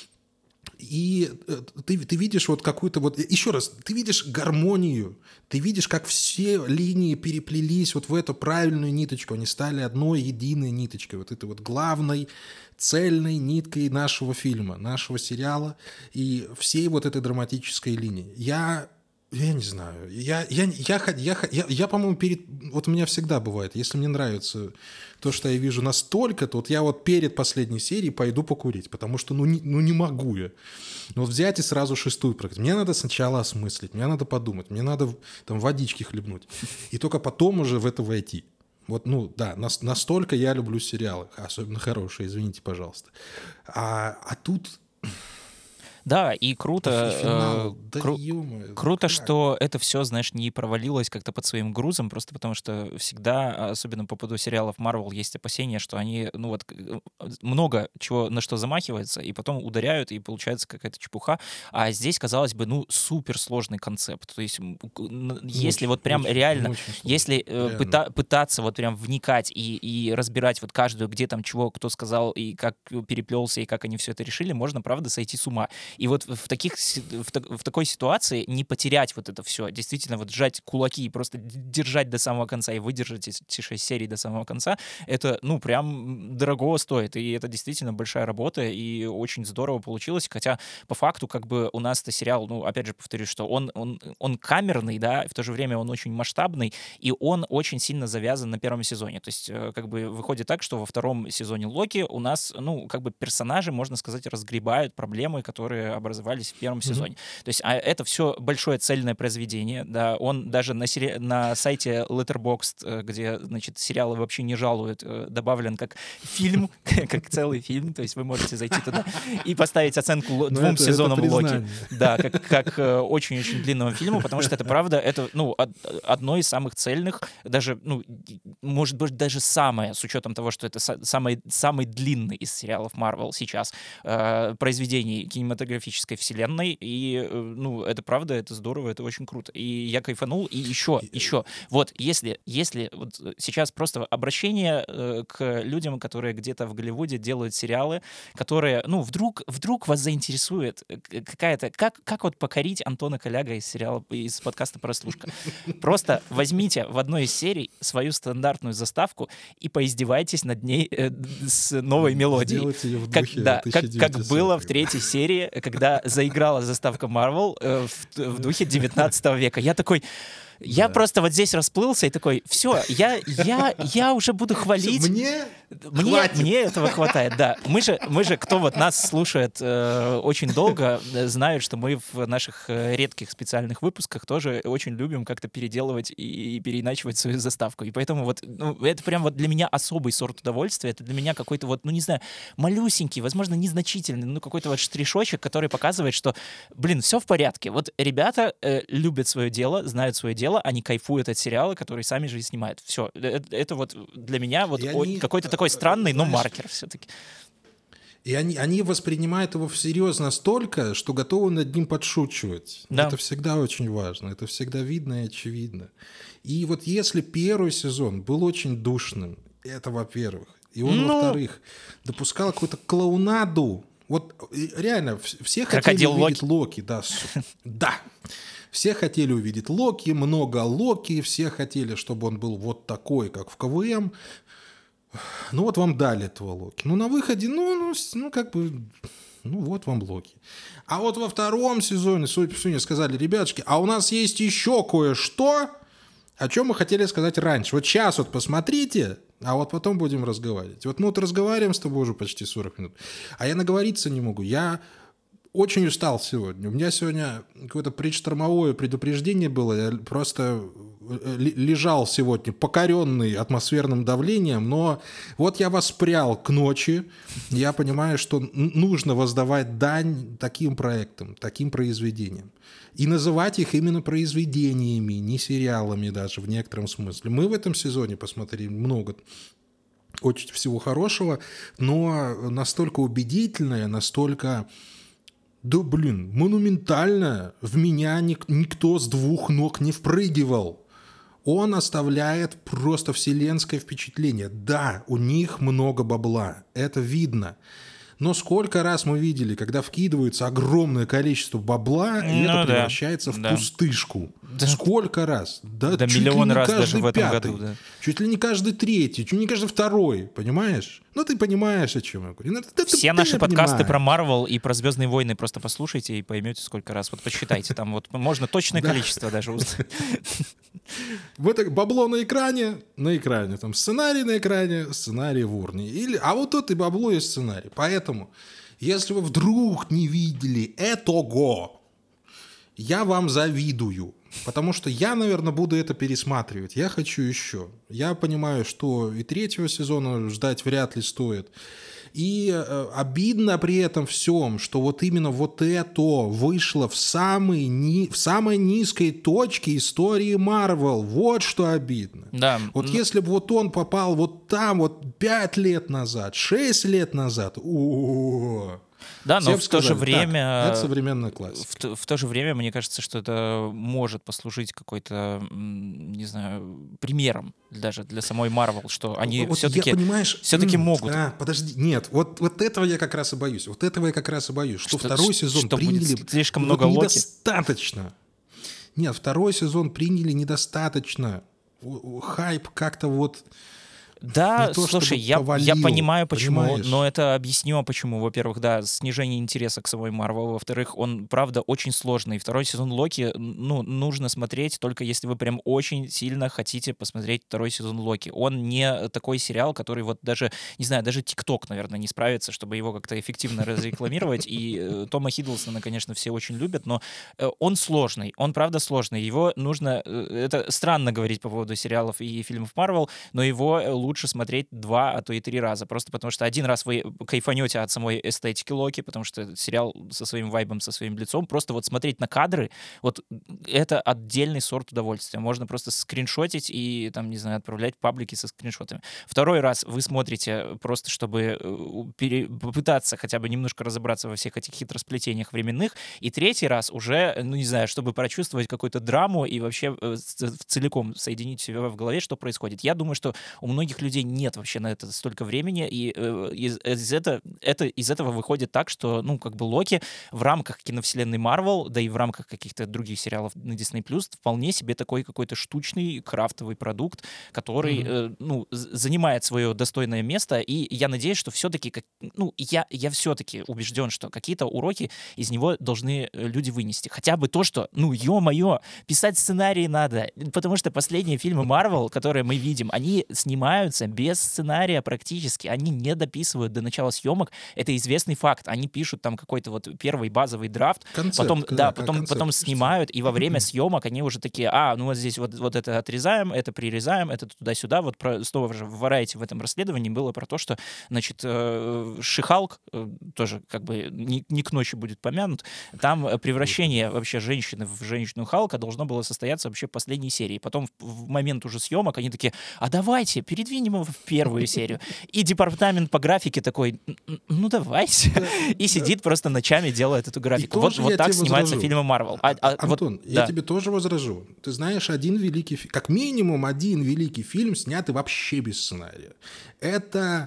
И ты видишь вот какую-то вот... Еще раз, ты видишь гармонию, ты видишь, как все линии переплелись вот в эту правильную ниточку, они стали одной единой ниточкой, вот этой вот главной цельной ниткой нашего фильма, нашего сериала и всей вот этой драматической линии. Я не знаю. Я, по-моему, вот у меня всегда бывает, если мне нравится то, что я вижу настолько, то вот я вот перед последней серией пойду покурить, потому что не могу я. Вот взять и сразу шестую прокатить. Мне надо сначала осмыслить, мне надо подумать, мне надо там водички хлебнуть. И только потом уже в это войти. Вот, да, настолько я люблю сериалы, особенно хорошие, извините, пожалуйста. А тут... Да, и круто, круто, как? что это все, знаешь, не провалилось как-то под своим грузом, просто потому что всегда, особенно по поводу сериалов Marvel, есть опасения, что они, много чего на что замахиваются, и потом ударяют, и получается какая-то чепуха. А здесь, казалось бы, суперсложный концепт. То есть, если вот прям реально, если пытаться вот прям вникать и разбирать вот каждую, где там чего кто сказал, и как переплелся, и как они все это решили, можно, правда, сойти с ума. И вот в такой ситуации не потерять вот это все, действительно вот сжать кулаки и просто держать до самого конца и выдержать эти 6 серий до самого конца, это, прям дорого стоит. И это действительно большая работа, и очень здорово получилось. Хотя по факту как бы у нас-то сериал, опять же повторюсь, что он камерный, да, и в то же время он очень масштабный, и он очень сильно завязан на первом сезоне. То есть как бы выходит так, что во втором сезоне Локи у нас, как бы персонажи, можно сказать, разгребают проблемы, которые образовались в первом сезоне. То есть это все большое цельное произведение, да, он даже на сайте Letterboxd, где, значит, сериалы вообще не жалуют, добавлен как фильм, как целый фильм, то есть вы можете зайти туда и поставить оценку 2 сезонам Локи. Да, как очень-очень длинному фильму, потому что это правда, это, одно из самых цельных, даже, может быть, даже самое, с учетом того, что это самый длинный из сериалов Marvel сейчас, произведений кинематографической вселенной, и, это правда, это здорово, это очень круто. И я кайфанул, и еще, вот, если вот сейчас просто обращение к людям, которые где-то в Голливуде делают сериалы, которые, вдруг вас заинтересует какая-то, как вот покорить Антона Коляга из подкаста «Прослушка». Просто возьмите в одной из серий свою стандартную заставку и поиздевайтесь над ней с новой мелодией. Сделайте ее в духе как было в 3-й серии, когда заиграла заставка Marvel в духе 19 века. Я такой... Я просто вот здесь расплылся и такой, все, я уже буду хвалить. Мне этого хватает, да. Мы же, кто вот нас слушает очень долго, знают, что мы в наших редких специальных выпусках тоже очень любим как-то переделывать и переиначивать свою заставку. И поэтому вот, это прям вот для меня особый сорт удовольствия. Это для меня какой-то вот, не знаю, малюсенький, возможно, незначительный, какой-то вот штришочек, который показывает, что, все в порядке. Вот ребята любят свое дело, знают свое дело, они кайфуют от сериала, который сами же и снимают. Все. Это вот для меня вот какой-то такой странный, но маркер все-таки. И они воспринимают его всерьез настолько, что готовы над ним подшучивать. Да. Это всегда очень важно, это всегда видно и очевидно. И вот если первый сезон был очень душным, это во-первых, и он, во-вторых, допускал какую-то клоунаду. Вот реально, все хотели увидеть Локи. Да. Все хотели увидеть Локи, много Локи, все хотели, чтобы он был вот такой, как в КВМ. Ну вот вам дали этого Локи. Ну на выходе, как бы, ну вот вам Локи. А вот во втором сезоне, судя по всему, сказали, ребятушки, а у нас есть еще кое-что, о чем мы хотели сказать раньше. Вот сейчас вот посмотрите, а вот потом будем разговаривать. Вот мы вот разговариваем с тобой уже почти 40 минут, а я наговориться не могу. Я очень устал сегодня. У меня сегодня какое-то предштормовое предупреждение было. Я просто лежал сегодня покоренный атмосферным давлением, но вот я воспрял к ночи. Я понимаю, что нужно воздавать дань таким проектам, таким произведениям. И называть их именно произведениями, не сериалами даже в некотором смысле. Мы в этом сезоне посмотрели много очень всего хорошего, но настолько убедительное, настолько... Да, блин, монументально. В меня никто с двух ног не впрыгивал. Он оставляет просто вселенское впечатление. Да, у них много бабла, это видно. Но сколько раз мы видели, когда вкидывается огромное количество бабла, и это превращается в пустышку. Да. Сколько раз? Да, миллион раз даже в этом году. Да. Чуть ли не каждый третий, чуть ли не каждый второй, понимаешь? Ну, ты понимаешь, о чем я говорю. Все наши подкасты про Марвел и про «Звездные войны» просто послушайте и поймете, сколько раз. Вот посчитайте, там вот можно точное количество даже узнать. Вот бабло на экране, там сценарий на экране, сценарий в урне. А вот тут и бабло, и сценарий. Поэтому, если вы вдруг не видели этого, я вам завидую. Потому что я, наверное, буду это пересматривать. Я хочу еще. Я понимаю, что и третьего сезона ждать вряд ли стоит. И обидно при этом всем, что вот именно вот это вышло в самой низкой точке истории Марвел. Вот что обидно. Да. Вот если бы вот он попал вот там вот 5 лет назад, 6 лет назад, да, но в то же время... Это современная классика. В то же время, мне кажется, что это может послужить какой-то, не знаю, примером даже для самой Марвел, что они вот все-таки могут. Подожди, нет, вот этого я как раз и боюсь. Что второй сезон приняли слишком много Локи. Недостаточно. Нет, второй сезон приняли недостаточно. Хайп как-то вот... Да, слушай, я понимаю, почему, понимаешь? Но это объяснимо, почему. Во-первых, да, снижение интереса к самой Марвел. Во-вторых, он, правда, очень сложный. Второй сезон Локи, нужно смотреть, только если вы прям очень сильно хотите посмотреть второй сезон Локи. Он не такой сериал, который вот даже, не знаю, даже ТикТок, наверное, не справится, чтобы его как-то эффективно разрекламировать. И Тома Хиддлстона, конечно, все очень любят, но он сложный, он, правда, сложный. Его нужно... Это странно говорить по поводу сериалов и фильмов Марвел, но его лучше смотреть 2, а то и 3 раза. Просто потому что один раз вы кайфанете от самой эстетики Локи, потому что сериал со своим вайбом, со своим лицом. Просто вот смотреть на кадры, вот это отдельный сорт удовольствия. Можно просто скриншотить и, там, не знаю, отправлять паблики со скриншотами. Второй раз вы смотрите просто, чтобы попытаться хотя бы немножко разобраться во всех этих хитросплетениях временных. И третий раз уже, не знаю, чтобы прочувствовать какую-то драму и вообще целиком соединить себя в голове, что происходит. Я думаю, что у многих людей нет вообще на это столько времени, и из этого выходит так, что, как бы Локи в рамках киновселенной Марвел, да и в рамках каких-то других сериалов на Disney+, вполне себе такой какой-то штучный крафтовый продукт, который, занимает свое достойное место, и я надеюсь, что все-таки, я все-таки убежден, что какие-то уроки из него должны люди вынести. Хотя бы то, что, ё-моё, писать сценарии надо, потому что последние фильмы Марвел, которые мы видим, они снимаются без сценария практически, они не дописывают до начала съемок, это известный факт, они пишут там какой-то вот первый базовый драфт, потом снимают, и во время съемок они уже такие, вот здесь вот это отрезаем, это прирезаем, это туда-сюда, вот снова же в Variety в этом расследовании было про то, что, значит, Ши-Халк, тоже как бы не к ночи будет помянут, там превращение вообще женщины в женщину Халка должно было состояться вообще в последней серии, потом в момент уже съемок они такие, давайте, передвинем его в первую серию. И департамент по графике такой, давайте. И сидит просто ночами, делает эту графику. Вот так снимаются фильмы Марвел. Антон, я тебе тоже возражу. Ты знаешь, как минимум один великий фильм, снятый вообще без сценария. Это...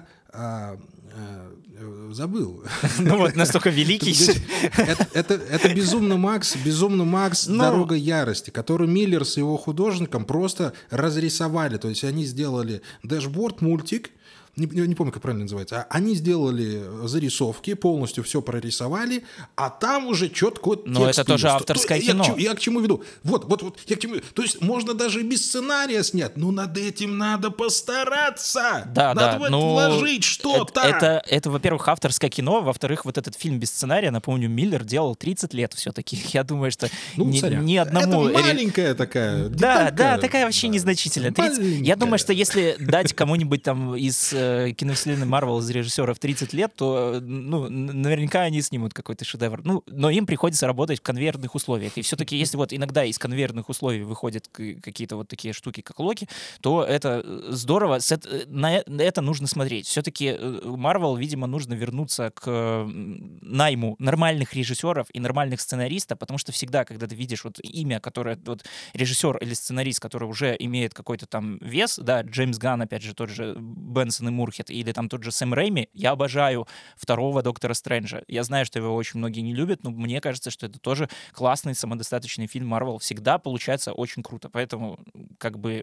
забыл. Настолько великий. Это «Безумный Макс. Дорога ярости», который Миллер с его художником просто разрисовали. То есть они сделали дэшборд, мультик, не помню, как правильно называется, они сделали зарисовки, полностью все прорисовали, а там уже четко текст. Но это тоже авторское кино. Я к чему веду? Вот, я к чему. То есть можно даже без сценария снять, но над этим надо постараться. Да, надо вложить что-то. Это, во-первых, авторское кино, во-вторых, вот этот фильм без сценария, напомню, Миллер делал 30 лет все-таки. Я думаю, что ни одному... Это маленькая такая Да, деталька. такая вообще незначительная. Я думаю, что если дать кому-нибудь там из киновселенной Марвел, из режиссеров 30 лет, то наверняка они снимут какой-то шедевр. Но им приходится работать в конвейерных условиях. И все-таки, если вот иногда из конвейерных условий выходят какие-то вот такие штуки, как Локи, то это здорово. На это нужно смотреть. Все-таки Марвел, видимо, нужно вернуться к найму нормальных режиссеров и нормальных сценаристов, потому что всегда, когда ты видишь вот имя, которое вот режиссер или сценарист, который уже имеет какой-то там вес, да, Джеймс Ганн, опять же, тот же Бенсон и Мурхет, или там тот же Сэм Рэйми, я обожаю второго Доктора Стрэнджа. Я знаю, что его очень многие не любят, но мне кажется, что это тоже классный, самодостаточный фильм Марвел. Всегда получается очень круто. Поэтому, как бы,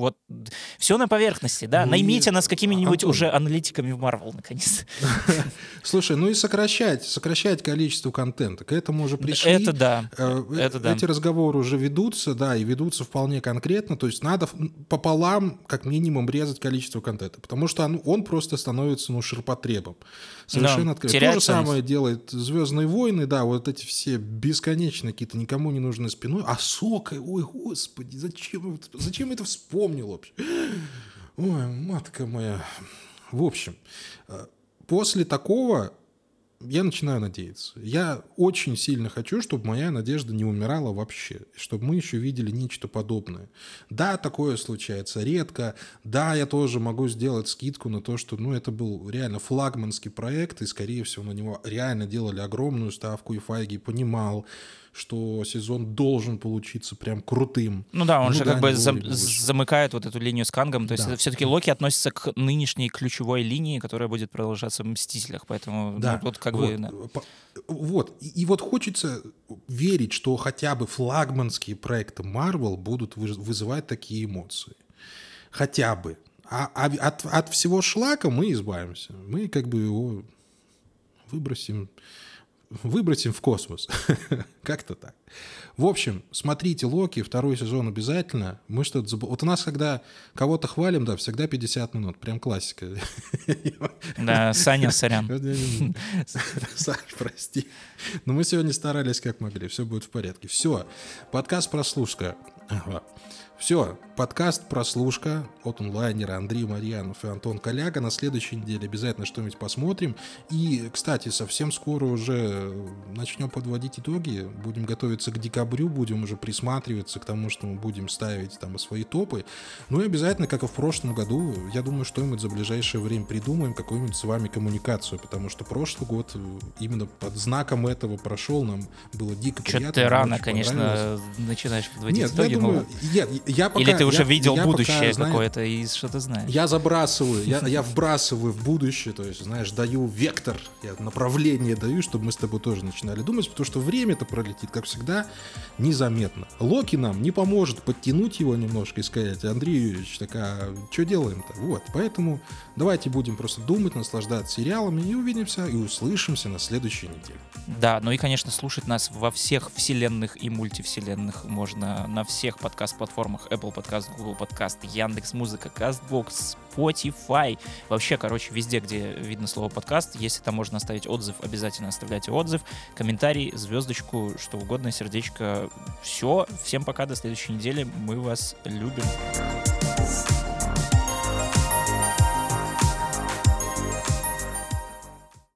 все на поверхности, да. Наймите нас какими-нибудь уже аналитиками в Марвел, наконец. Слушай, и сокращать количество контента. К этому уже пришли. Это да. Эти разговоры уже ведутся, да, и ведутся вполне конкретно. То есть надо пополам, как минимум, резать количество контента. Потому что он просто становится, ширпотребом. Совершенно открыто. То же самое делает «Звездные войны», да, вот эти все бесконечные какие-то никому не нужные спиной. Асока, ой, господи, зачем это вспомнил вообще? Ой, матка моя. В общем, после такого я начинаю надеяться. Я очень сильно хочу, чтобы моя надежда не умирала вообще, чтобы мы еще видели нечто подобное. Да, такое случается редко. Да, я тоже могу сделать скидку на то, что это был реально флагманский проект, и, скорее всего, на него реально делали огромную ставку, и Файги понимал, что сезон должен получиться прям крутым. Он же как бы замыкает вот эту линию с Кангом. То есть это все-таки Локи относится к нынешней ключевой линии, которая будет продолжаться в «Мстителях». Поэтому И вот хочется верить, что хотя бы флагманские проекты Marvel будут вызывать такие эмоции. Хотя бы. А от всего шлака мы избавимся. Мы как бы его выбросим в космос. Как-то так. В общем, смотрите «Локи», второй сезон обязательно. Мы что-то Вот у нас, когда кого-то хвалим, да, всегда 50 минут. Прям классика. Да, Саня, сорян. Саш, прости. Но мы сегодня старались как могли. Все будет в порядке. Все. Подкаст «Прослушка». Все, подкаст «Прослушка» от онлайнера Андрей Марьянов и Антон Коляга. На следующей неделе обязательно что-нибудь посмотрим. И, кстати, совсем скоро уже начнем подводить итоги. Будем готовиться к декабрю, будем уже присматриваться к тому, что мы будем ставить там свои топы. И обязательно, как и в прошлом году, я думаю, что-нибудь за ближайшее время придумаем, какую-нибудь с вами коммуникацию, потому что прошлый год именно под знаком этого прошел, нам было дико приятно. Что-то ты рано, конечно, начинаешь подводить итоги. Я думаю, или ты уже видел будущее какое-то и что-то знаешь? Я забрасываю, я вбрасываю в будущее, то есть, знаешь, даю вектор, я направление даю, чтобы мы с тобой тоже начинали думать, потому что время-то пролетит, как всегда, незаметно. Локи нам не поможет подтянуть его немножко и сказать: Андрей Юрьевич, так а что делаем-то? Вот, поэтому давайте будем просто думать, наслаждаться сериалами и увидимся и услышимся на следующей неделе. Да, и, конечно, слушать нас во всех вселенных и мультивселенных можно на всех подкаст-платформах: Apple Podcast, Google Podcast, Яндекс.Музыка, Castbox, Spotify. Вообще, везде, где видно слово подкаст, если там можно оставить отзыв, обязательно оставляйте отзыв, комментарий, звездочку, что угодно, сердечко. Все. Всем пока, до следующей недели. Мы вас любим.